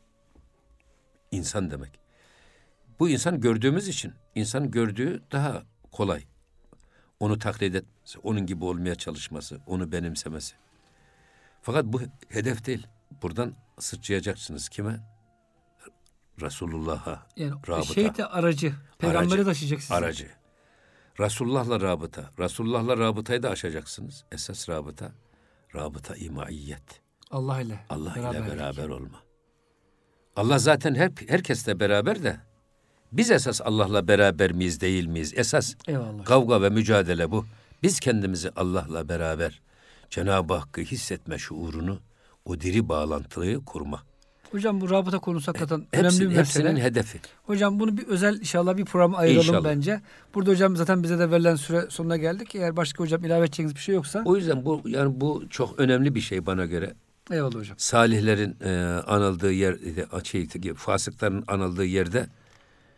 insan demek. Bu insan gördüğümüz için insan gördüğü daha kolay. Onu taklit etmesi, onun gibi olmaya çalışması, onu benimsemesi. Fakat bu hedef değil. Buradan sıçrayacaksınız kime? Resulullah'a. Yani rabıta. şeyde aracı. Peygamberi taşıyacak sizi. Aracı. Resulullah'la rabıta. Resulullah'la rabıtayı da aşacaksınız. Esas rabıta imaiyet. Allah ile. Allah ile beraberlik. beraber olma. Allah zaten herkesle beraber de biz esas Allah'la beraber miyiz değil miyiz? Esas Eyvallah. kavga ve mücadele bu. Biz kendimizi Allah'la beraber Cenab-ı Hakk'ı hissetme şuurunu, o diri bağlantıyı kurma. Hocam bu rabıta konusu hakikaten önemli bir mesele. Hepsinin hedefi. Hocam bunu bir özel inşallah bir program ayıralım İnşallah. bence. Burada hocam zaten bize de verilen süre sonuna geldik. Eğer başka hocam ilave edeceğiniz bir şey yoksa. O yüzden bu çok önemli bir şey bana göre. Eyvallah hocam. Salihlerin anıldığı yer, fasıkların anıldığı yerde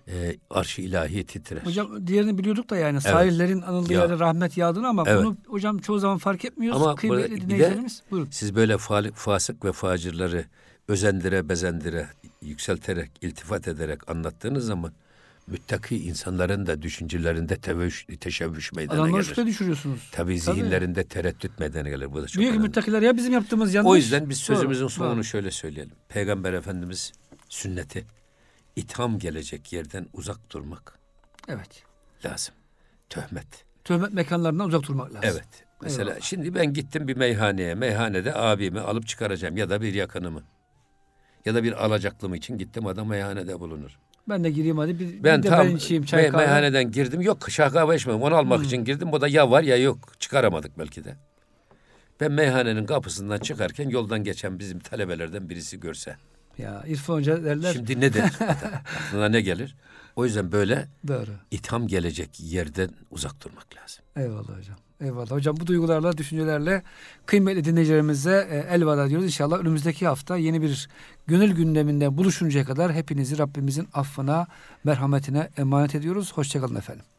arş-ı ilahi titrer. Hocam diğerini biliyorduk da yani sahillerin anıldığı yerde rahmet yağdığını ama bunu hocam çoğu zaman fark etmiyoruz. Ama kıymetli dinleyicilerimiz. Buyurun. Siz böyle fasık ve facirleri özendire, bezendire, yükselterek, iltifat ederek anlattığınız zaman müttaki insanların da düşüncelerinde teşebbüs meydana gelir. Adamları şüphe düşürüyorsunuz. Tabii zihinlerinde tereddüt meydana gelir. Bu da çok Büyük önemli. müttakiler ya bizim yaptığımız yanlış. O yüzden biz sözümüzün Doğru. sonunu şöyle söyleyelim. Peygamber Efendimiz sünneti itham gelecek yerden uzak durmak Evet. lazım. Töhmet. Töhmet mekanlarından uzak durmak lazım. Evet. Mesela şimdi ben gittim bir meyhaneye. Meyhanede abimi alıp çıkaracağım ya da bir yakınımı. Ya da bir alacaklım için gittim, adam meyhanede bulunur. Ben de gireyim hadi bir Ben de tam ben içeyim çay kahve. meyhaneden girdim. Yok çay kahve içmem. Onu almak için girdim. Bu da ya var ya yok. Çıkaramadık belki de. Ben meyhanenin kapısından çıkarken yoldan geçen bizim talebelerden birisi görse. Ya İrfan Hoca derler. Şimdi ne der? Aklına ne gelir? O yüzden böyle Doğru. itham gelecek yerden uzak durmak lazım. Eyvallah hocam. Eyvallah. Hocam bu duygularla, düşüncelerle kıymetli dinleyicilerimize elveda diyoruz. İnşallah önümüzdeki hafta yeni bir gönül gündeminde buluşuncaya kadar hepinizi Rabbimizin affına, merhametine emanet ediyoruz. Hoşçakalın efendim.